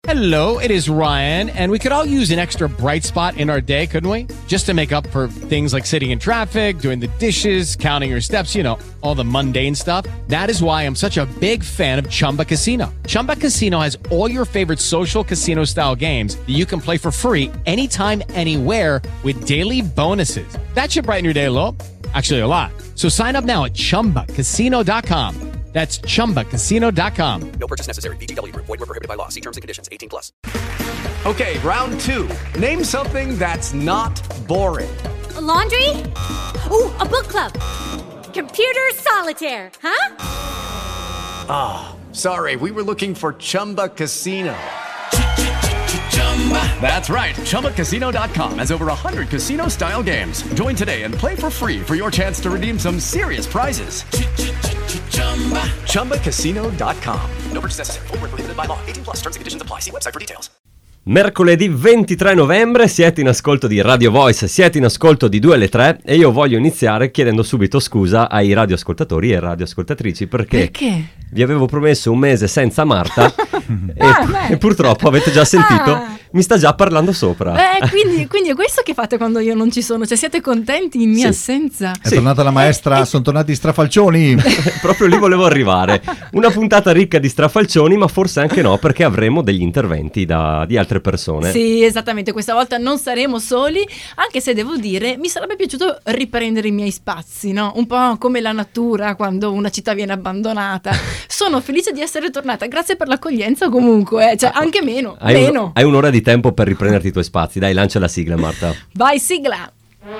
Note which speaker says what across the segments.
Speaker 1: Hello, it is Ryan, and we could all use an extra bright spot in our day, couldn't we? Just to make up for things like sitting in traffic, doing the dishes, counting your steps, you know, all the mundane stuff. That is why I'm such a big fan of Chumba Casino. Chumba Casino has all your favorite social casino-style games that you can play for free anytime, anywhere with daily bonuses. That should brighten your day a little. Actually, a lot. So sign up now at ChumbaCasino.com. That's ChumbaCasino.com.
Speaker 2: No purchase necessary. VGW Group. Void where prohibited by law. See terms and conditions. 18+.
Speaker 3: Okay, round two. Name something that's not boring.
Speaker 4: A laundry? Ooh, a book club. Computer solitaire, huh?
Speaker 3: Ah, sorry. We were looking for Chumba Casino. That's right. ChumbaCasino.com has over 100 casino-style games. Join today and play for free for your chance to redeem some serious prizes. ChumbaCasino.com.
Speaker 2: No purchase necessary. Void where prohibited by law. 18+. Terms and conditions apply. See website for details.
Speaker 5: Mercoledì 23 novembre, siete in ascolto di Radio Voice, siete in ascolto di 2 alle 3 e io voglio iniziare chiedendo subito scusa ai radioascoltatori e radioascoltatrici perché vi avevo promesso un mese senza Marta e purtroppo avete già sentito, mi sta già parlando sopra.
Speaker 6: Quindi è questo che fate quando io non ci sono, cioè siete contenti in mia assenza?
Speaker 7: È tornata la maestra, sono tornati i strafalcioni.
Speaker 5: Proprio lì volevo arrivare, una puntata ricca di strafalcioni, ma forse anche no, perché avremo degli interventi di altre persone.
Speaker 6: Sì, esattamente, questa volta non saremo soli, anche se devo dire mi sarebbe piaciuto riprendere i miei spazi, no? Un po' come la natura quando una città viene abbandonata. Sono felice di essere tornata, grazie per l'accoglienza comunque, cioè anche meno.
Speaker 5: Hai un'ora di tempo per riprenderti i tuoi spazi, dai, lancia la sigla, Marta.
Speaker 6: Vai, sigla!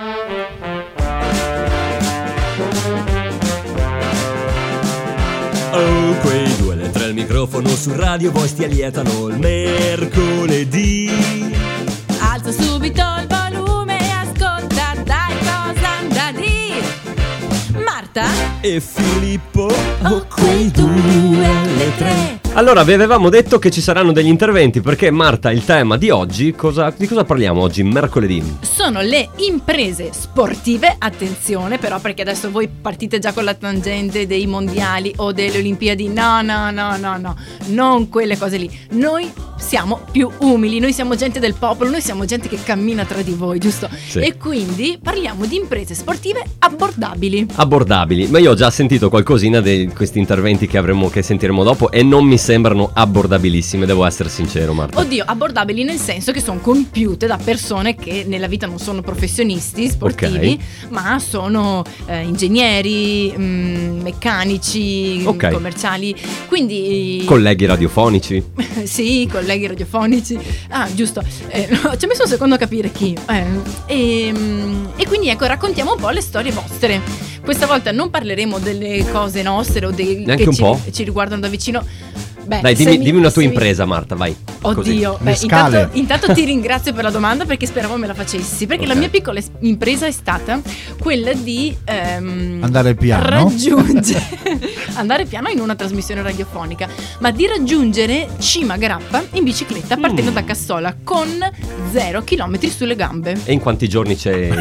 Speaker 8: Oh, quei 2 alle 3 al microfono su Radio Voice ti allietano il mercoledì.
Speaker 6: Alza subito il volume e ascolta, dai, cosa anda di Marta
Speaker 8: e Filippo. Oh, quei 2 alle 3.
Speaker 5: Allora, vi avevamo detto che ci saranno degli interventi perché Marta, il tema di oggi, di cosa parliamo oggi, mercoledì?
Speaker 6: Sono le imprese sportive, attenzione però perché adesso voi partite già con la tangente dei mondiali o delle Olimpiadi, no, non quelle cose lì. Noi siamo più umili, noi siamo gente del popolo, noi siamo gente che cammina tra di voi, giusto? Sì. E quindi parliamo di imprese sportive abbordabili,
Speaker 5: ma io ho già sentito qualcosina di questi interventi che sentiremo dopo e non mi sembrano abbordabilissime, devo essere sincero, Marta.
Speaker 6: Oddio, abbordabili nel senso che sono compiute da persone che nella vita non sono professionisti sportivi, ma sono ingegneri, meccanici, commerciali, quindi
Speaker 5: colleghi radiofonici.
Speaker 6: Sì, colleghi radiofonici. Ah, giusto. Ci ho messo un secondo a capire chi. E quindi ecco, raccontiamo un po' le storie vostre. Questa volta non parleremo delle cose nostre o che ci riguardano da vicino. Beh,
Speaker 5: dai, dimmi una tua impresa, Marta, vai.
Speaker 6: Oddio, intanto ti ringrazio per la domanda perché speravo me la facessi. Perché la mia piccola impresa è stata quella di
Speaker 7: andare piano.
Speaker 6: Andare piano in una trasmissione radiofonica, ma di raggiungere Cima Grappa in bicicletta partendo da Cassola con 0 chilometri sulle gambe.
Speaker 5: E in quanti giorni c'è?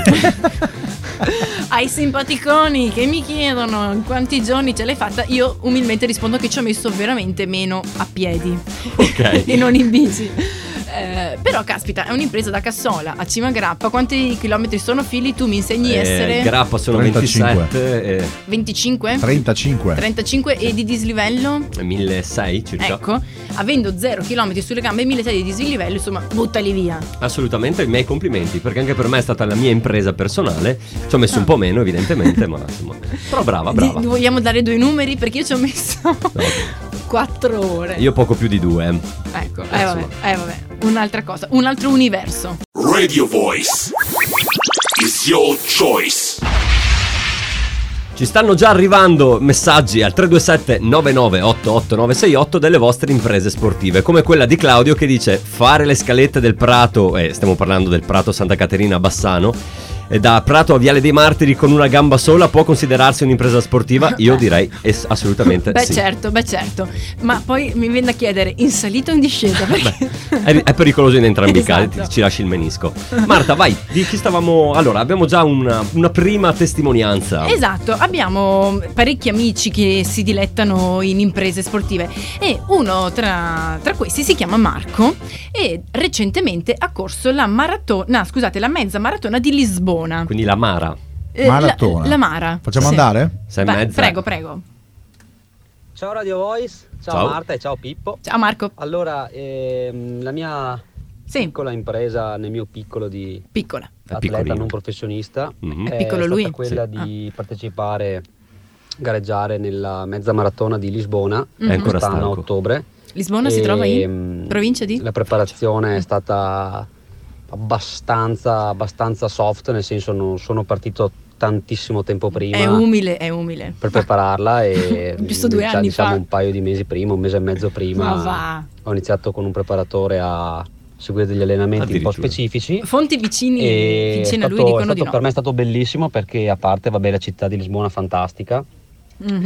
Speaker 6: Ai simpaticoni che mi chiedono in quanti giorni ce l'hai fatta, io umilmente rispondo che ci ho messo veramente meno a piedi e non in bici. Però caspita, è un'impresa da Cassola a Cima Grappa. Quanti chilometri sono, Fili? Tu mi insegni essere
Speaker 5: Grappa sono
Speaker 7: 35.
Speaker 6: 25?
Speaker 7: 35
Speaker 6: e di dislivello?
Speaker 5: 1.600 circa.
Speaker 6: Ecco, avendo 0 chilometri sulle gambe e 1.600 di dislivello, insomma, buttali via.
Speaker 5: Assolutamente, i miei complimenti, perché anche per me è stata la mia impresa personale. Ci ho messo un po' meno evidentemente, ma insomma, però brava.
Speaker 6: Vogliamo dare 2 numeri? Perché io ci ho messo 4 ore.
Speaker 5: Io poco più di 2.
Speaker 6: Ecco, vabbè. Un'altra cosa, un altro universo.
Speaker 9: Radio Voice is your choice.
Speaker 5: Ci stanno già arrivando messaggi al 327 9988968 delle vostre imprese sportive, come quella di Claudio che dice fare le scalette del Prato, stiamo parlando del Prato Santa Caterina a Bassano, da Prato a Viale dei Martiri con una gamba sola può considerarsi un'impresa sportiva? Io direi assolutamente
Speaker 6: beh
Speaker 5: sì.
Speaker 6: certo, ma poi mi viene da chiedere, in salita o in discesa? Perché...
Speaker 5: È pericoloso in entrambi i casi,
Speaker 6: Esatto.
Speaker 5: ci lasci il menisco. Marta, vai, di chi stavamo... Allora, abbiamo già una prima testimonianza.
Speaker 6: Esatto, abbiamo parecchi amici che si dilettano in imprese sportive e uno tra questi si chiama Marco e recentemente ha corso la mezza maratona di Lisbona.
Speaker 5: Quindi la Mara.
Speaker 7: Maratona.
Speaker 6: La Mara.
Speaker 7: Facciamo
Speaker 6: Sì.
Speaker 7: andare?
Speaker 5: Sei
Speaker 6: Vai,
Speaker 5: mezza.
Speaker 6: prego.
Speaker 10: Ciao Radio Voice, ciao,
Speaker 5: Ciao.
Speaker 10: Marta e ciao Pippo.
Speaker 6: Ciao Marco.
Speaker 10: Allora, la mia piccola impresa nel mio piccolo di
Speaker 6: Piccola.
Speaker 10: atleta non professionista
Speaker 5: Mhm.
Speaker 6: È piccolo
Speaker 10: stata
Speaker 6: lui?
Speaker 10: quella
Speaker 6: Sì.
Speaker 10: di partecipare, gareggiare nella mezza maratona di Lisbona
Speaker 6: È ancora
Speaker 10: quest'anno a
Speaker 5: stanco.
Speaker 10: ottobre.
Speaker 6: Lisbona si trova in provincia di?
Speaker 10: La preparazione è stata abbastanza soft, nel senso non sono partito tantissimo tempo prima
Speaker 6: È umile.
Speaker 10: per prepararla e
Speaker 6: Giusto 2 anni
Speaker 10: diciamo
Speaker 6: fa.
Speaker 10: un paio di mesi prima, un mese e mezzo
Speaker 6: Ma
Speaker 10: prima
Speaker 6: va.
Speaker 10: ho iniziato con un preparatore a seguire degli allenamenti un po'
Speaker 5: Addirittura.
Speaker 10: specifici
Speaker 6: Fonti vicine
Speaker 10: e
Speaker 6: a lui dicono di no.
Speaker 10: per me è stato bellissimo perché a parte la città di Lisbona fantastica
Speaker 6: Mhm.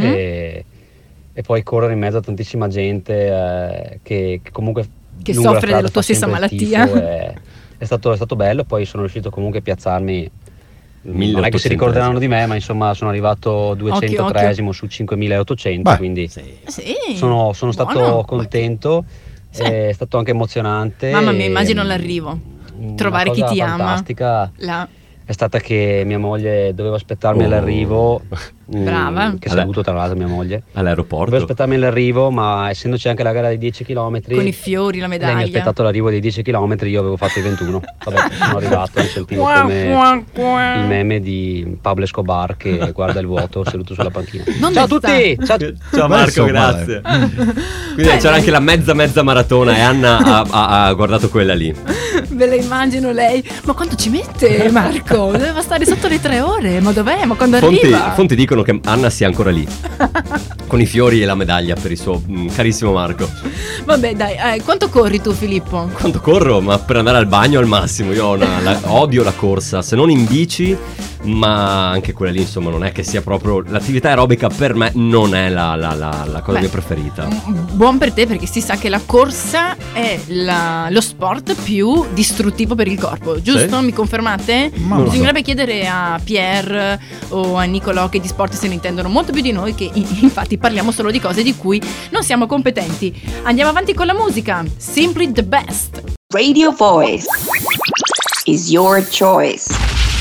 Speaker 10: e poi correre in mezzo a tantissima gente che comunque
Speaker 6: Che
Speaker 10: lungo la
Speaker 6: soffre
Speaker 10: strada
Speaker 6: della tua
Speaker 10: fa
Speaker 6: stessa
Speaker 10: sempre il
Speaker 6: malattia.
Speaker 10: tifo, è stato bello. Poi sono riuscito comunque a piazzarmi, non è che si
Speaker 5: 1800esimo.
Speaker 10: ricorderanno di me, ma insomma sono arrivato 203esimo su 5800.
Speaker 7: Beh.
Speaker 10: Quindi
Speaker 6: Sì,
Speaker 10: sono stato
Speaker 6: buono.
Speaker 10: contento.
Speaker 6: Sì.
Speaker 10: È stato anche emozionante.
Speaker 6: Mamma mia, immagino l'arrivo.
Speaker 10: Una
Speaker 6: Trovare chi
Speaker 10: cosa
Speaker 6: ti ama.
Speaker 10: fantastica
Speaker 6: Là.
Speaker 10: è stata che mia moglie doveva aspettarmi all'arrivo.
Speaker 6: Brava.
Speaker 10: Che saluto tra l'altro mia moglie.
Speaker 5: All'aeroporto.
Speaker 10: Doveva aspettarmi all'arrivo, ma essendoci anche la gara di 10 km,
Speaker 6: Con i fiori, la
Speaker 10: lei mi ha
Speaker 6: medaglia.
Speaker 10: aspettato l'arrivo dei 10 km, io avevo fatto i 21. Vabbè, sono arrivato, mi sentivo
Speaker 6: Qua,
Speaker 10: come
Speaker 6: qua, qua.
Speaker 10: il meme di Pablo Escobar che guarda il vuoto seduto sulla panchina.
Speaker 6: Non
Speaker 10: Ciao a
Speaker 6: sta.
Speaker 10: tutti! Ciao.
Speaker 5: Ciao
Speaker 7: Beh,
Speaker 5: Marco,
Speaker 7: insomma,
Speaker 5: grazie. Quindi c'era anche la mezza maratona e Anna ha guardato quella lì.
Speaker 6: Ve la immagino lei. Ma quanto ci mette Marco? Doveva stare sotto le 3 ore. Ma dov'è? Ma quando arriva?
Speaker 5: Fonti dicono che Anna sia ancora lì con i fiori e la medaglia per il suo carissimo Marco.
Speaker 6: Vabbè dai, quanto corri tu Filippo?
Speaker 5: Quanto corro? Ma per andare al bagno al massimo. Io odio la corsa, se non in bici, ma anche quella lì insomma non è che sia proprio l'attività aerobica, per me non è la cosa mia preferita.
Speaker 6: Buon per te, perché si sa che la corsa è lo sport più distruttivo per il corpo, giusto?
Speaker 5: Sì.
Speaker 6: Mi confermate?
Speaker 7: Ma non lo so.
Speaker 6: Bisognerebbe chiedere a Pierre o a Nicolò, che di sport se ne intendono molto più di noi, che infatti parliamo solo di cose di cui non siamo competenti. Andiamo avanti con la musica. Simply the best.
Speaker 11: Radio Voice is your choice.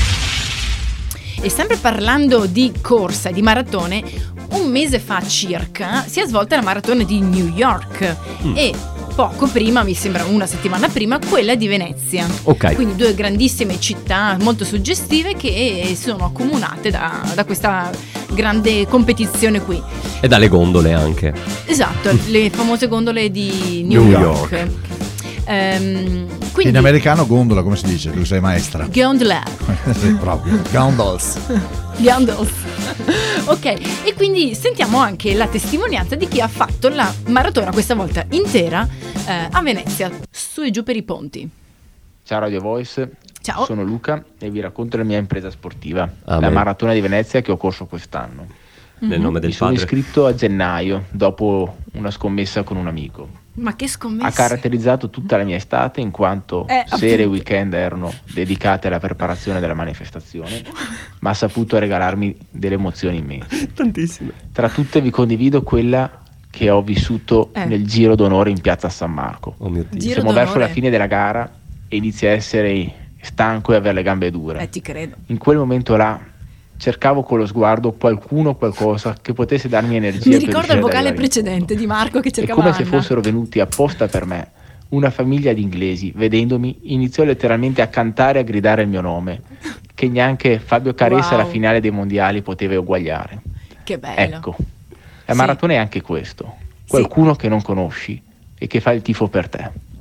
Speaker 6: E sempre parlando di corsa e di maratone, un mese fa circa si è svolta la maratona di New York e poco prima, mi sembra una settimana prima, quella di Venezia.
Speaker 5: Ok.
Speaker 6: Quindi 2 grandissime città molto suggestive che sono accomunate da questa grande competizione qui.
Speaker 5: E dalle gondole anche.
Speaker 6: Esatto, le famose gondole di New
Speaker 5: New
Speaker 6: York. Quindi
Speaker 7: In americano gondola, come si dice? Tu sei maestra.
Speaker 6: gondola.
Speaker 7: Sì, proprio. Gondols.
Speaker 6: Gandalf. Ok, e quindi sentiamo anche la testimonianza di chi ha fatto la maratona, questa volta intera, a Venezia, su e giù per i ponti.
Speaker 12: Ciao Radio Voice,
Speaker 6: Ciao.
Speaker 12: sono Luca e vi racconto la mia impresa sportiva,
Speaker 5: Amen.
Speaker 12: la maratona di Venezia che ho corso quest'anno.
Speaker 5: Nel nome del
Speaker 12: Mi sono
Speaker 5: padre.
Speaker 12: iscritto a gennaio dopo una scommessa con un amico.
Speaker 6: Ma che scommessa!
Speaker 12: Ha caratterizzato tutta la mia estate in quanto sere e weekend erano dedicate alla preparazione della manifestazione, ma ha saputo regalarmi delle emozioni immense.
Speaker 5: Tantissime.
Speaker 12: Tra tutte vi condivido quella che ho vissuto nel giro d'onore in piazza San Marco.
Speaker 5: Oh mio Dio.
Speaker 6: Giro
Speaker 12: Siamo
Speaker 6: d'onore.
Speaker 12: verso la fine della gara e inizi a essere stanco e avere le gambe dure.
Speaker 6: Ti credo.
Speaker 12: In quel momento là cercavo con lo sguardo qualcuno, qualcosa che potesse darmi energia.
Speaker 6: Mi
Speaker 12: per
Speaker 6: ricordo
Speaker 12: uscire
Speaker 6: il
Speaker 12: da
Speaker 6: vocale
Speaker 12: quella ringa.
Speaker 6: precedente di Marco che
Speaker 12: È
Speaker 6: cercava
Speaker 12: come se
Speaker 6: Anna.
Speaker 12: fossero venuti apposta per me. Una famiglia di inglesi, vedendomi, iniziò letteralmente a cantare e a gridare il mio nome, che neanche Fabio Caressa
Speaker 6: Wow.
Speaker 12: alla finale dei mondiali poteva uguagliare.
Speaker 6: Che bello.
Speaker 12: Ecco, la maratona è anche questo. Qualcuno che non conosci e che fa il tifo per te.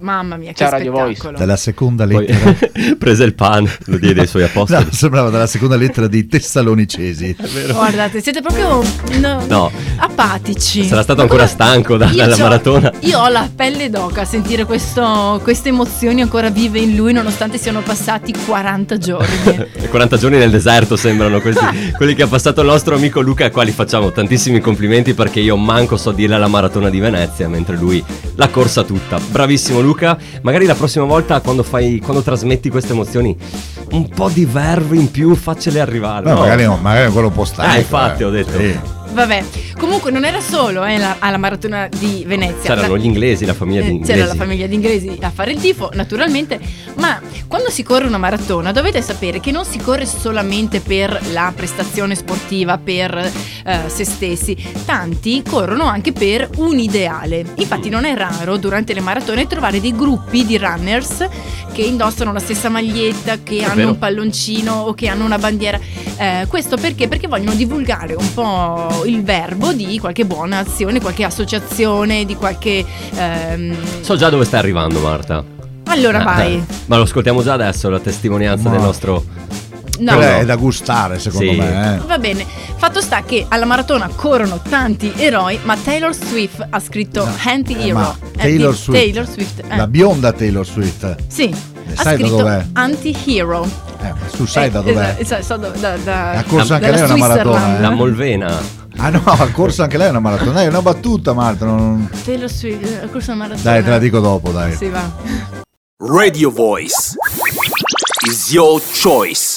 Speaker 6: Mamma mia, che
Speaker 12: Ciao, Radio
Speaker 6: spettacolo.
Speaker 7: Dalla seconda lettera.
Speaker 5: Prese il pane, lo diede ai suoi apostoli.
Speaker 7: No, sembrava dalla seconda lettera dei Tessalonicesi.
Speaker 6: Guardate, siete proprio
Speaker 5: No.
Speaker 6: apatici.
Speaker 5: Sarà stato ancora stanco dalla maratona.
Speaker 6: Io ho la pelle d'oca a sentire queste emozioni ancora vive in lui, nonostante siano passati 40 giorni.
Speaker 5: 40 giorni nel deserto sembrano questi, quelli che ha passato il nostro amico Luca, a quali facciamo tantissimi complimenti, perché io manco so dirle la maratona di Venezia, mentre lui l'ha corsa tutta. Bravissimo Luca, magari la prossima volta quando trasmetti queste emozioni un po' di verve in più faccele arrivare.
Speaker 7: No, magari ancora un po' stanco.
Speaker 5: Infatti ho detto.
Speaker 7: Sì.
Speaker 6: Vabbè, comunque non era solo alla maratona di Venezia.
Speaker 5: C'erano gli inglesi, la famiglia di inglesi.
Speaker 6: C'era la famiglia di inglesi a fare il tifo, naturalmente. Ma quando si corre una maratona dovete sapere che non si corre solamente per la prestazione sportiva, per se stessi. Tanti corrono anche per un ideale. Infatti non è raro durante le maratone trovare dei gruppi di runners che indossano la stessa maglietta, che hanno un palloncino o che hanno una bandiera. Questo perché? Perché vogliono divulgare un po' il verbo di qualche buona azione, qualche associazione, di qualche
Speaker 5: So già dove stai arrivando, Marta.
Speaker 6: Allora vai.
Speaker 5: Ma lo ascoltiamo già adesso, la testimonianza del nostro...
Speaker 6: No.
Speaker 7: È da gustare secondo me.
Speaker 6: Va bene, fatto sta che alla maratona corrono tanti eroi, ma Taylor Swift ha scritto anti-hero.
Speaker 7: Taylor Swift. La bionda Taylor Swift.
Speaker 6: Sì, ha
Speaker 7: sai da
Speaker 6: scritto
Speaker 7: dov'è?
Speaker 6: anti-hero.
Speaker 7: Tu sai da dov'è?
Speaker 6: So
Speaker 7: Ha corso anche lei una maratona.
Speaker 5: La Molvena.
Speaker 7: Ah no, ha corso anche lei una maratona. È una battuta, Marta.
Speaker 6: Taylor Swift ha corso una maratona.
Speaker 7: Dai, te la dico dopo, dai.
Speaker 6: Sì, va.
Speaker 9: Radio Voice is your choice.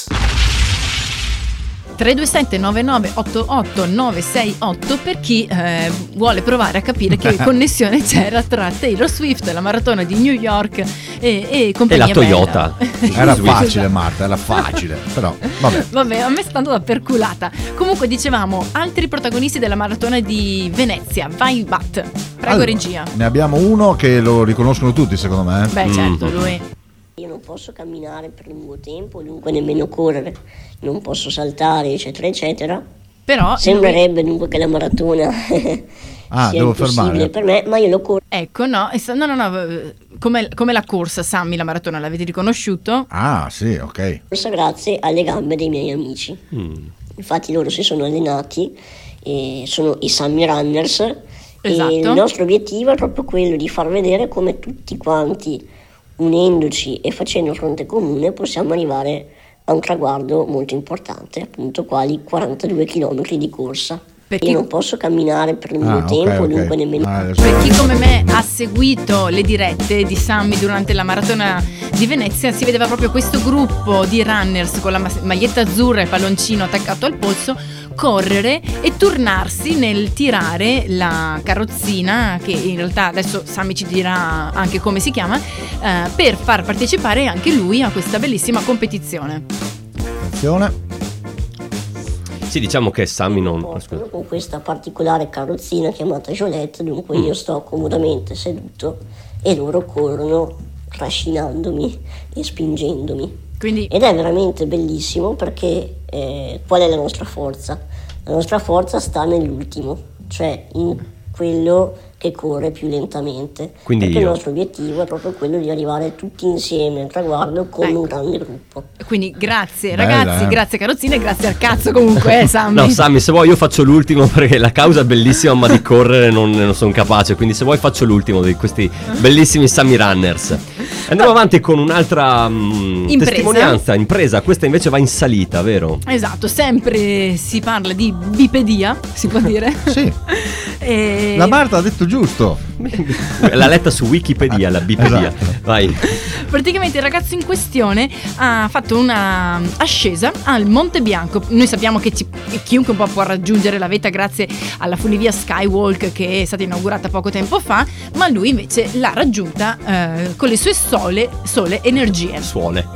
Speaker 6: 327 9988 968 per chi vuole provare a capire che connessione c'era tra Taylor Swift, la maratona di New York e compagnia
Speaker 5: e la Toyota.
Speaker 7: Era facile, Marta, era facile, però
Speaker 6: vabbè, a me sta andando da perculata. Comunque dicevamo, altri protagonisti della maratona di Venezia. Vai Bat, prego, regia.
Speaker 7: Ne abbiamo uno che lo riconoscono tutti, secondo me.
Speaker 6: Beh, certo, lui.
Speaker 13: Io non posso camminare per lungo tempo, dunque nemmeno correre, non posso saltare, eccetera, eccetera.
Speaker 6: Però
Speaker 13: sembrerebbe dunque che la maratona sia
Speaker 7: devo
Speaker 13: impossibile
Speaker 7: fermare
Speaker 13: per me, ma io lo corro.
Speaker 6: Ecco, no, come la corsa, Sammy, la maratona, l'avete riconosciuto?
Speaker 7: Ah, sì, ok.
Speaker 13: Corsa grazie alle gambe dei miei amici. Infatti loro si sono allenati, e sono i Sammy Runners.
Speaker 6: Esatto.
Speaker 13: E il nostro obiettivo è proprio quello di far vedere come tutti quanti, unendoci e facendo fronte comune, possiamo arrivare a un traguardo molto importante, appunto quali 42 km di corsa. Io non posso camminare per lungo tempo, dunque nemmeno.
Speaker 6: Per chi come me ha seguito le dirette di Sammy durante la maratona di Venezia, si vedeva proprio questo gruppo di runners con la maglietta azzurra e il palloncino attaccato al polso correre e turnarsi nel tirare la carrozzina, che in realtà adesso Sammy ci dirà anche come si chiama, per far partecipare anche lui a questa bellissima competizione.
Speaker 7: Attenzione.
Speaker 5: Sì, diciamo che Sammy non...
Speaker 13: con questa particolare carrozzina chiamata Jolette, dunque io sto comodamente seduto e loro corrono trascinandomi e spingendomi. Ed è veramente bellissimo perché qual è la nostra forza? La nostra forza sta nell'ultimo, cioè in quello che corre più lentamente.
Speaker 5: Quindi
Speaker 13: perché il nostro obiettivo è proprio quello di arrivare tutti insieme al traguardo come un grande gruppo.
Speaker 6: Quindi grazie ragazzi, grazie carrozzine e grazie al cazzo comunque, Sammy.
Speaker 5: No, Sammy, se vuoi io faccio l'ultimo, perché la causa è bellissima, ma di correre non sono capace, quindi se vuoi faccio l'ultimo di questi bellissimi Sammy Runners. Andiamo avanti con un'altra testimonianza, impresa, questa invece va in salita, vero?
Speaker 6: Esatto, sempre si parla di bipedia, si può dire?
Speaker 7: Sì. La Marta ha detto giusto.
Speaker 5: L'ha letta su Wikipedia, la bipedia.
Speaker 7: Esatto.
Speaker 5: Vai.
Speaker 6: Praticamente il ragazzo in questione ha fatto una ascesa al Monte Bianco. Noi sappiamo che chiunque un po' può raggiungere la vetta grazie alla funivia Skywalk che è stata inaugurata poco tempo fa, ma lui invece l'ha raggiunta con le sue sole energie.
Speaker 5: Suole.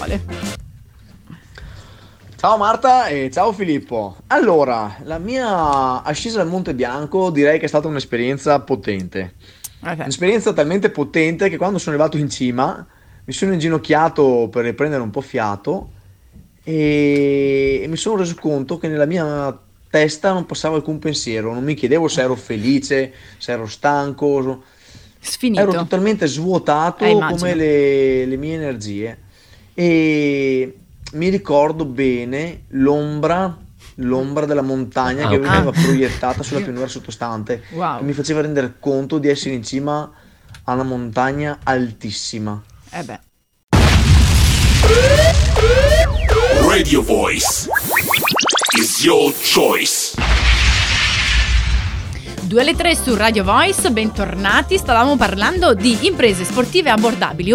Speaker 14: Ciao Marta e ciao Filippo. Allora, la mia ascesa al Monte Bianco direi che è stata un'esperienza potente. Un'esperienza talmente potente che quando sono arrivato in cima mi sono inginocchiato per riprendere un po' fiato e mi sono reso conto che nella mia testa non passava alcun pensiero, non mi chiedevo se ero felice, se ero stanco,
Speaker 6: Sfinito.
Speaker 14: Ero totalmente svuotato come le mie energie. E mi ricordo bene l'ombra della montagna che veniva proiettata sulla pianura sottostante.
Speaker 6: Wow.
Speaker 14: E mi faceva rendere conto di essere in cima a una montagna altissima.
Speaker 9: Radio Voice is your choice.
Speaker 6: 2 alle 3 su Radio Voice, bentornati. Stavamo parlando di imprese sportive abbordabili,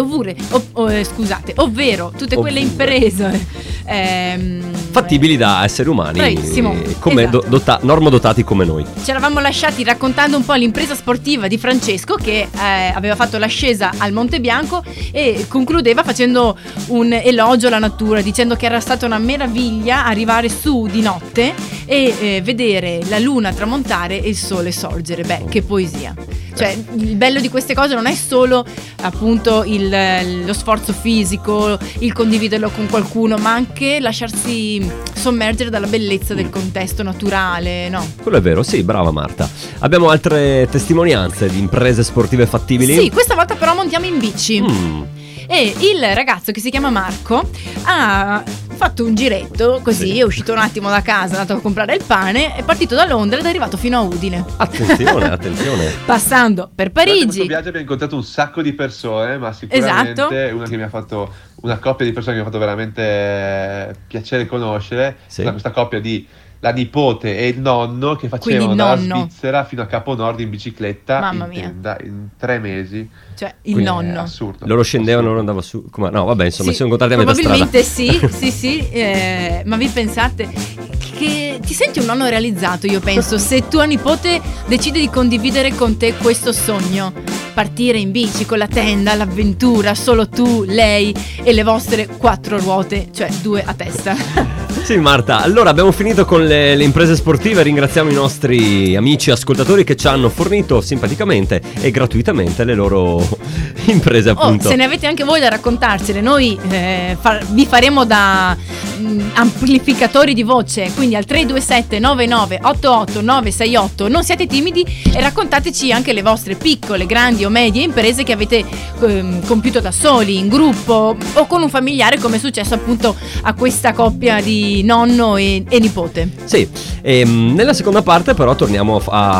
Speaker 6: ovvero tutte quelle imprese
Speaker 5: fattibili da esseri umani.
Speaker 6: Bravissimo,
Speaker 5: come
Speaker 6: esatto.
Speaker 5: normodotati come noi.
Speaker 6: Ci eravamo lasciati raccontando un po' l'impresa sportiva di Francesco, che aveva fatto l'ascesa al Monte Bianco e concludeva facendo un elogio alla natura, dicendo che era stata una meraviglia arrivare su di notte e vedere la luna tramontare e il sole sorgere. Beh, che poesia. Cioè, il bello di queste cose non è solo appunto lo sforzo fisico, il condividerlo con qualcuno, ma anche lasciarsi sommergere dalla bellezza del contesto naturale, no?
Speaker 5: Quello è vero, sì, brava Marta. Abbiamo altre testimonianze di imprese sportive fattibili?
Speaker 6: Sì, questa volta però montiamo in bici. E il ragazzo, che si chiama Marco, ha fatto un giretto così, è uscito un attimo da casa, è andato a comprare il pane, è partito da Londra ed è arrivato fino a Udine.
Speaker 5: Attenzione.
Speaker 6: Passando per Parigi.
Speaker 15: In questo viaggio abbiamo incontrato un sacco di persone, ma sicuramente una che mi ha fatto, una coppia di persone che mi ha fatto veramente piacere conoscere. Questa coppia di la nipote e il nonno che facevano dalla Svizzera fino a Capo Nord in bicicletta, tenda, in 3 mesi.
Speaker 6: Cioè, il nonno.
Speaker 15: Assurdo.
Speaker 5: Loro scendevano, loro andavano su. No, vabbè, insomma, si sono incontrati a metà strada.
Speaker 6: Probabilmente sì. Ma vi pensate che ti senti un nonno realizzato, io penso, se tua nipote decide di condividere con te questo sogno. Partire in bici con la tenda, l'avventura, solo tu, lei e le vostre 4 ruote, cioè 2 a testa.
Speaker 5: Sì, Marta, allora abbiamo finito con le imprese sportive. Ringraziamo i nostri amici ascoltatori che ci hanno fornito simpaticamente e gratuitamente le loro imprese, appunto.
Speaker 6: Se ne avete anche voi da raccontarcele, noi vi faremo da amplificatori di voce, quindi al 327 99 88 968. Non siate timidi e raccontateci anche le vostre piccole, grandi o medie imprese che avete compiuto da soli, in gruppo o con un familiare, come è successo appunto a questa coppia di nonno e nipote.
Speaker 5: Sì, nella seconda parte però torniamo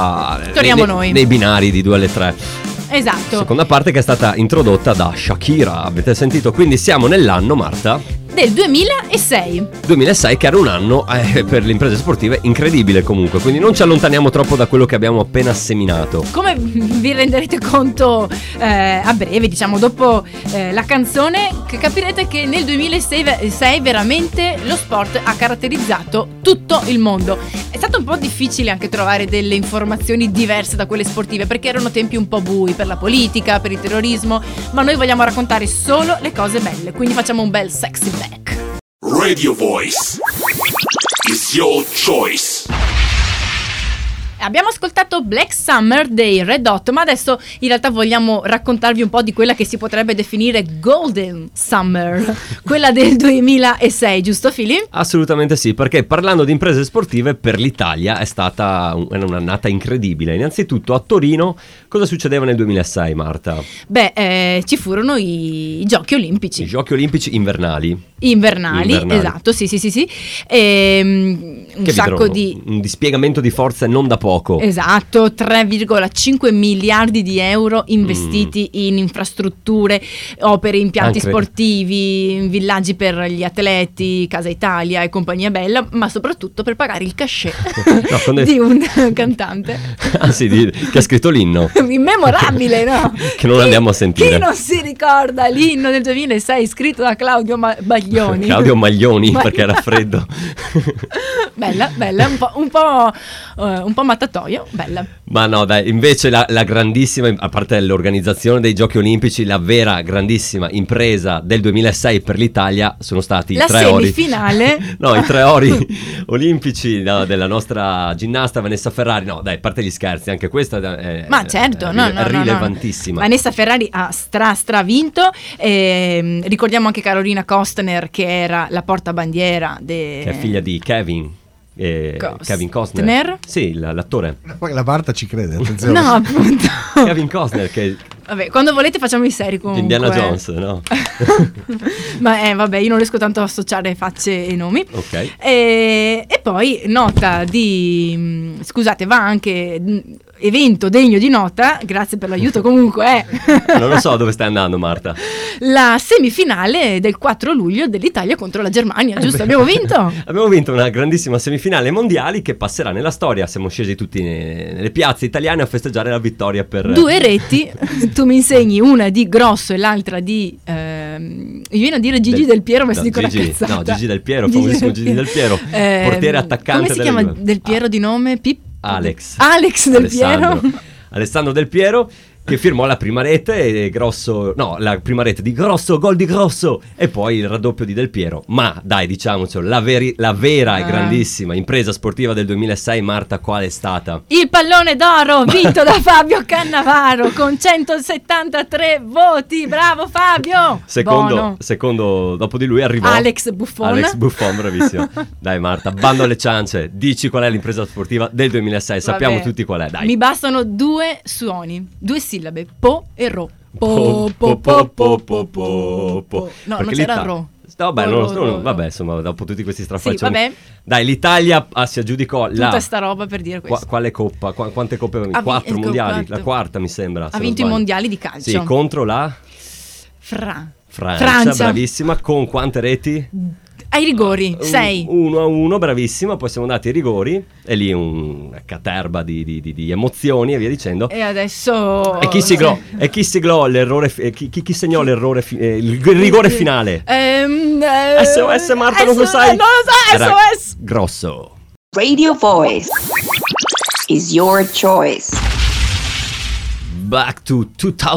Speaker 6: noi
Speaker 5: nei binari di 2 alle 3.
Speaker 6: Esatto.
Speaker 5: Seconda parte che è stata introdotta da Shakira, avete sentito? Quindi siamo nell'anno, Marta?
Speaker 6: Del 2006,
Speaker 5: che era un anno per le imprese sportive incredibile comunque, quindi non ci allontaniamo troppo da quello che abbiamo appena seminato.
Speaker 6: Come vi renderete conto a breve, diciamo dopo la canzone, che capirete che nel 2006 veramente lo sport ha caratterizzato tutto il mondo. È stato un po' difficile anche trovare delle informazioni diverse da quelle sportive, perché erano tempi un po' bui per la politica, per il terrorismo, ma noi vogliamo raccontare solo le cose belle, quindi facciamo un bel sexy back.
Speaker 9: Radio Voice is your choice.
Speaker 6: Abbiamo ascoltato Black Summer dei Red Hot, ma adesso in realtà vogliamo raccontarvi un po' di quella che si potrebbe definire Golden Summer, quella del 2006, giusto Fili?
Speaker 5: Assolutamente sì, perché parlando di imprese sportive per l'Italia è stata un'annata incredibile. Innanzitutto a Torino cosa succedeva nel 2006, Marta?
Speaker 6: Beh, ci furono i Giochi Olimpici.
Speaker 5: I Giochi Olimpici invernali,
Speaker 6: esatto, sì. Un sacco di...
Speaker 5: un dispiegamento di forze non da poco.
Speaker 6: Esatto, 3,5 miliardi di euro investiti in infrastrutture, opere, impianti sportivi, villaggi per gli atleti, Casa Italia e compagnia bella, ma soprattutto per pagare il cachet di un cantante.
Speaker 5: Ah sì, che ha scritto l'inno.
Speaker 6: Immemorabile, no?
Speaker 5: Che non andiamo a sentire.
Speaker 6: Chi non si ricorda l'inno del 2006 scritto da Claudio Maglioni?
Speaker 5: Claudio Maglioni, perché era freddo.
Speaker 6: Bella, un po' mattatoio, bella.
Speaker 5: Ma no, dai, invece la grandissima, a parte l'organizzazione dei Giochi Olimpici, la vera grandissima impresa del 2006 per l'Italia sono stati i 3 ori.
Speaker 6: Semifinale.
Speaker 5: No, i 3 ori olimpici della nostra ginnasta Vanessa Ferrari. No, dai, a parte gli scherzi, anche questa è,
Speaker 6: ma certo,
Speaker 5: è rilevantissima.
Speaker 6: Vanessa Ferrari ha stra vinto. Ricordiamo anche Carolina Costner, che era la portabandiera
Speaker 5: che è figlia di Kevin Costner. Sì, l'attore.
Speaker 7: Poi la Marta ci crede, attenzione.
Speaker 6: No, appunto.
Speaker 5: Kevin Costner, che
Speaker 6: Vabbè, quando volete facciamo i seri comunque.
Speaker 5: Indiana Jones, no?
Speaker 6: Ma vabbè, io non riesco tanto a associare facce e nomi.
Speaker 5: Ok.
Speaker 6: E poi nota di... Scusate, va anche... evento degno di nota, grazie per l'aiuto comunque.
Speaker 5: Non lo so dove stai andando, Marta.
Speaker 6: La semifinale del 4 luglio dell'Italia contro la Germania, giusto? Abbiamo vinto?
Speaker 5: Abbiamo vinto una grandissima semifinale mondiali che passerà nella storia. Siamo scesi tutti nelle piazze italiane a festeggiare la vittoria per...
Speaker 6: 2 reti, tu mi insegni una di Grosso e l'altra di... mi viene a dire Gigi Del Piero, ma si dico una cazzata.
Speaker 5: No, Gigi Del Piero, famosissimo Gigi Del Piero, portiere attaccante.
Speaker 6: Come si chiama Del Piero di nome?
Speaker 5: Alex
Speaker 6: Del Piero.
Speaker 5: Alessandro Del Piero, che firmò la prima rete la prima rete di Grosso, gol di Grosso, e poi il raddoppio di Del Piero. Ma dai, diciamocelo, la vera e grandissima impresa sportiva del 2006, Marta, qual è stata?
Speaker 6: Il pallone d'oro vinto da Fabio Cannavaro con 173 voti. Bravo Fabio!
Speaker 5: Secondo dopo di lui arrivò
Speaker 6: Alex Buffon,
Speaker 5: bravissimo. Dai Marta, bando alle ciance, dici qual è l'impresa sportiva del 2006. Sappiamo tutti qual è, dai.
Speaker 6: Mi bastano 2 suoni, 2 sillabe, po e ro. Po. No, non c'era ro.
Speaker 5: Vabbè, insomma, dopo tutti questi strafalcioni. Sì, dai, l'Italia si aggiudicò
Speaker 6: tutta sta roba per dire questo.
Speaker 5: Quale coppa? Quante coppe aveva? 4 mondiali, la quarta mi sembra.
Speaker 6: Ha vinto i mondiali di calcio.
Speaker 5: Sì, contro la Francia, bravissima, con quante reti?
Speaker 6: Ai rigori, 6.
Speaker 5: 1-1, bravissima. Poi siamo andati ai rigori e lì una caterba di emozioni e via dicendo.
Speaker 6: E adesso
Speaker 5: e chi siglò l'errore? Chi segnò l'errore? Il rigore finale? SOS, Marta, non lo sai?
Speaker 6: Non lo so, SOS.
Speaker 5: Grosso.
Speaker 11: Radio Voice is your choice.
Speaker 5: Back to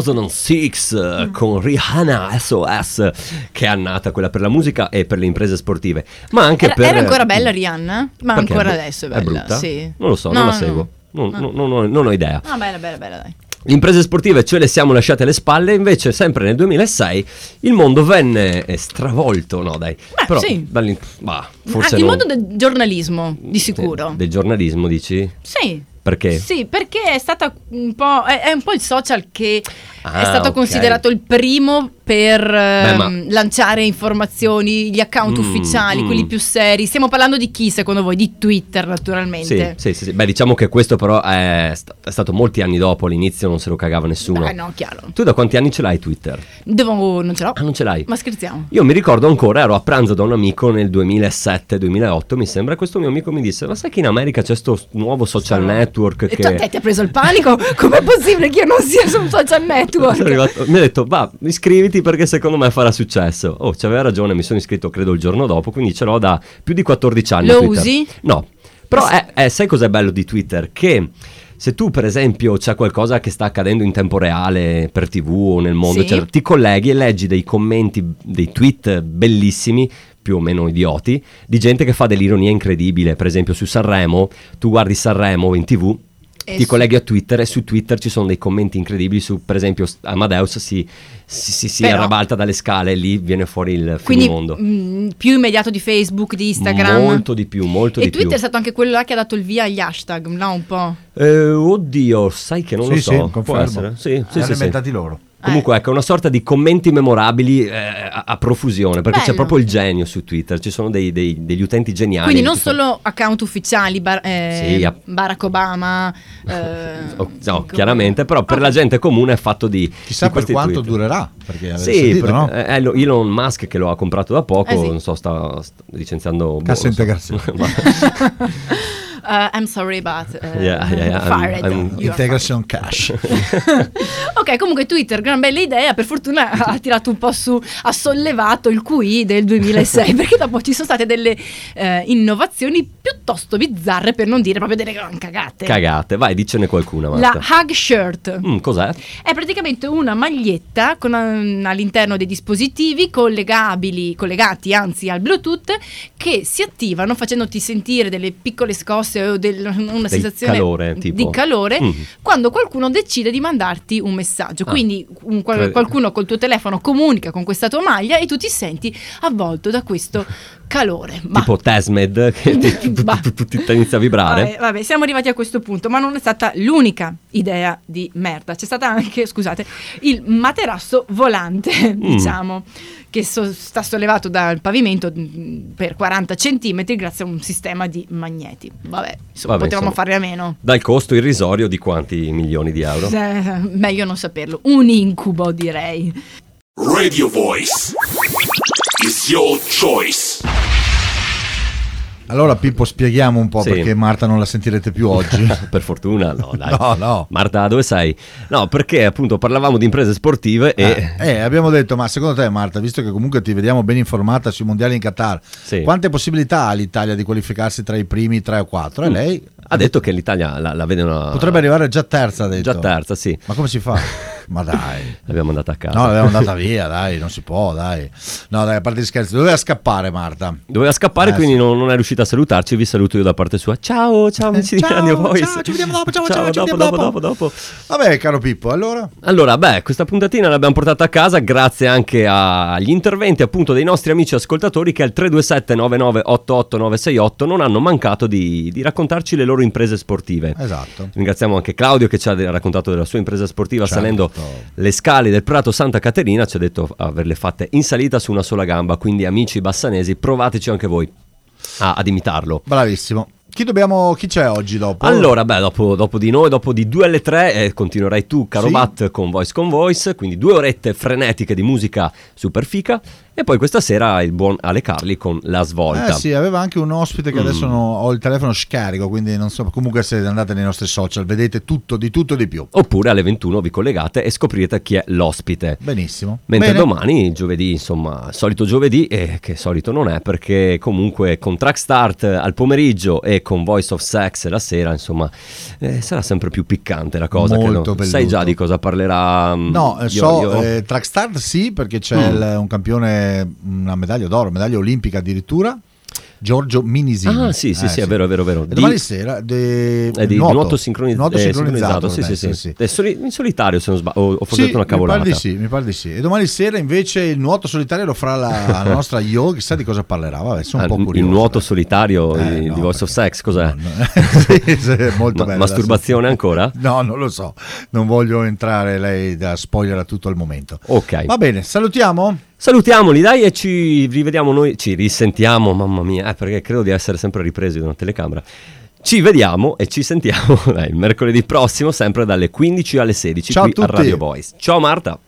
Speaker 5: 2006 con Rihanna, SOS, che è annata quella per la musica e per le imprese sportive, ma anche
Speaker 6: era ancora bella Rihanna? Ma ancora adesso è bella,
Speaker 5: è brutta?
Speaker 6: Sì.
Speaker 5: Non lo so, non la seguo, non ho idea.
Speaker 6: Bella, dai.
Speaker 5: Le imprese sportive ce le siamo lasciate alle spalle, invece sempre nel 2006 il mondo venne stravolto, no dai. Però
Speaker 6: sì.
Speaker 5: Forse
Speaker 6: il mondo del giornalismo, di sicuro.
Speaker 5: Del giornalismo, dici?
Speaker 6: Sì.
Speaker 5: Perché?
Speaker 6: Sì, perché è stata un po'. È un po' il social che è stato considerato il primo per lanciare informazioni, gli account ufficiali, quelli più seri. Stiamo parlando di chi, secondo voi? Di Twitter, naturalmente.
Speaker 5: Sì. Beh, diciamo che questo però è stato molti anni dopo, all'inizio non se lo cagava nessuno.
Speaker 6: No, chiaro.
Speaker 5: Tu da quanti anni ce l'hai Twitter?
Speaker 6: Non ce l'ho.
Speaker 5: Ah, non ce l'hai?
Speaker 6: Ma scherziamo.
Speaker 5: Io mi ricordo ancora, ero a pranzo da un amico nel 2007-2008, mi sembra, e questo mio amico mi disse: ma sai che in America c'è sto nuovo social network
Speaker 6: e te ti ha preso il panico? Com'è possibile che io non sia su un social network?
Speaker 5: Mi ha detto: va, iscriviti perché secondo me farà successo. C'aveva ragione, mi sono iscritto credo il giorno dopo, quindi ce l'ho da più di 14 anni.
Speaker 6: Lo usi?
Speaker 5: No, però sai cos'è bello di Twitter? Che se tu per esempio c'è qualcosa che sta accadendo in tempo reale per TV o nel mondo,
Speaker 6: sì,
Speaker 5: ti colleghi e leggi dei commenti, dei tweet bellissimi, più o meno idioti, di gente che fa dell'ironia incredibile. Per esempio su Sanremo, tu guardi Sanremo in TV, ti colleghi a Twitter e su Twitter ci sono dei commenti incredibili su, per esempio, Amadeus si arrabalta dalle scale e lì viene fuori il finimondo.
Speaker 6: Più immediato di Facebook, di Instagram.
Speaker 5: Molto di più.
Speaker 6: E Twitter è stato anche quello là che ha dato il via agli hashtag, no? Un po'.
Speaker 5: Oddio, sai che non lo so.
Speaker 7: Sì,
Speaker 5: può essere. Sì,
Speaker 7: inventati loro.
Speaker 5: Comunque ecco, una sorta di commenti memorabili a profusione, perché c'è proprio il genio su Twitter, ci sono degli utenti geniali.
Speaker 6: Quindi non solo account ufficiali, Barack Obama.
Speaker 5: No, chiaramente, però per la gente comune è fatto di
Speaker 7: chissà per quanto
Speaker 5: tweet
Speaker 7: durerà, perché
Speaker 5: no? È Elon Musk che lo ha comprato da poco, non so, sta licenziando
Speaker 7: cassa integrazione.
Speaker 6: I'm sorry, but fired.
Speaker 7: Integration cash.
Speaker 6: Ok, comunque Twitter, gran bella idea. Per fortuna ha tirato un po' su, ha sollevato il QI del 2006, perché dopo ci sono state delle innovazioni piuttosto bizzarre, per non dire proprio delle gran cagate.
Speaker 5: Vai, dicene qualcuna,
Speaker 6: La
Speaker 5: Marta.
Speaker 6: Hug Shirt.
Speaker 5: Cos'è?
Speaker 6: È praticamente una maglietta con all'interno dei dispositivi collegati al Bluetooth, che si attivano facendoti sentire delle piccole scosse o una sensazione di calore quando qualcuno decide di mandarti un messaggio. Quindi qualcuno col tuo telefono comunica con questa tua maglia e tu ti senti avvolto da questo calore.
Speaker 5: Tipo Tesmed che ti inizia a vibrare.
Speaker 6: Vabbè, siamo arrivati a questo punto, ma non è stata l'unica idea di merda. C'è stata anche, scusate, il materasso volante, diciamo, che sta sollevato dal pavimento per 40 centimetri grazie a un sistema di magneti. Vabbè, potevamo farne a meno.
Speaker 5: Dal costo irrisorio di quanti milioni di euro?
Speaker 6: Meglio non saperlo. Un incubo, direi.
Speaker 9: Radio Voice is your choice.
Speaker 7: Allora Pippo, spieghiamo un po' perché Marta non la sentirete più oggi.
Speaker 5: Per fortuna, no dai.
Speaker 7: No.
Speaker 5: Marta, dove sei? No, perché appunto parlavamo di imprese sportive e...
Speaker 7: abbiamo detto, ma secondo te Marta, visto che comunque ti vediamo ben informata sui mondiali in Qatar, quante possibilità ha l'Italia di qualificarsi tra i primi 3 o 4? E lei...
Speaker 5: Ha detto che l'Italia la vede una...
Speaker 7: Potrebbe arrivare già terza, ha detto.
Speaker 5: Già terza, sì.
Speaker 7: Ma come si fa? Ma dai.
Speaker 5: L'abbiamo andata a casa.
Speaker 7: No, l'abbiamo andata via, dai, non si può, dai. No, dai, a parte gli scherzi, doveva scappare Marta.
Speaker 5: Doveva scappare, quindi non è riuscita a salutarci, vi saluto io da parte sua. Ciao amici di Radio Voice.
Speaker 7: Ciao, ci vediamo dopo, ciao, dopo. Vabbè, caro Pippo,
Speaker 5: Allora, questa puntatina l'abbiamo portata a casa grazie anche agli interventi appunto dei nostri amici ascoltatori che al 327 9988 968 non hanno mancato di raccontarci le loro imprese sportive.
Speaker 7: Esatto.
Speaker 5: Ringraziamo anche Claudio che ci ha raccontato della sua impresa sportiva salendo le scale del Prato Santa Caterina, ci ha detto averle fatte in salita su una sola gamba, quindi amici bassanesi provateci anche voi ad imitarlo.
Speaker 7: Bravissimo. Chi c'è oggi dopo?
Speaker 5: Allora, dopo di noi, dopo di 2 alle 3 continuerai tu, caro Bat, con Voice, quindi 2 orette frenetiche di musica super fica. E poi questa sera il buon Ale Carli con La Svolta.
Speaker 7: Sì, aveva anche un ospite che adesso ho il telefono scarico, quindi non so, comunque se andate nei nostri social vedete tutto di più.
Speaker 5: Oppure alle 21 vi collegate e scoprirete chi è l'ospite.
Speaker 7: Benissimo.
Speaker 5: Mentre domani, giovedì, insomma, solito giovedì, che solito non è, perché comunque con Track Start al pomeriggio e con Voice of Sex la sera, insomma, sarà sempre più piccante la cosa.
Speaker 7: Molto bello.
Speaker 5: Sai già di cosa parlerà?
Speaker 7: No, Track Start sì, perché c'è un campione, una medaglia d'oro, medaglia olimpica addirittura, Giorgio Minisini.
Speaker 5: Ah sì, è vero.
Speaker 7: E domani sera
Speaker 5: di nuoto sincronizzato. Sì. In solitario, se non sbaglio, o forse detto una cavolata.
Speaker 7: Mi pare di sì. E domani sera invece il nuoto solitario lo farà la nostra Io, chissà di cosa parlerà. Vabbè, sono un po' curioso.
Speaker 5: Il nuoto solitario di Voice of Sex, cos'è?
Speaker 7: Sì, molto bello.
Speaker 5: Masturbazione ancora?
Speaker 7: No, non lo so. Non voglio entrare, lei da spoiler a tutto al momento.
Speaker 5: Ok.
Speaker 7: Va bene,
Speaker 5: salutiamoli dai e ci rivediamo noi, ci risentiamo, mamma mia, perché credo di essere sempre ripresi da una telecamera. Ci vediamo e ci sentiamo il mercoledì prossimo, sempre dalle 15 alle 16 qui a Radio Voice. Ciao Marta.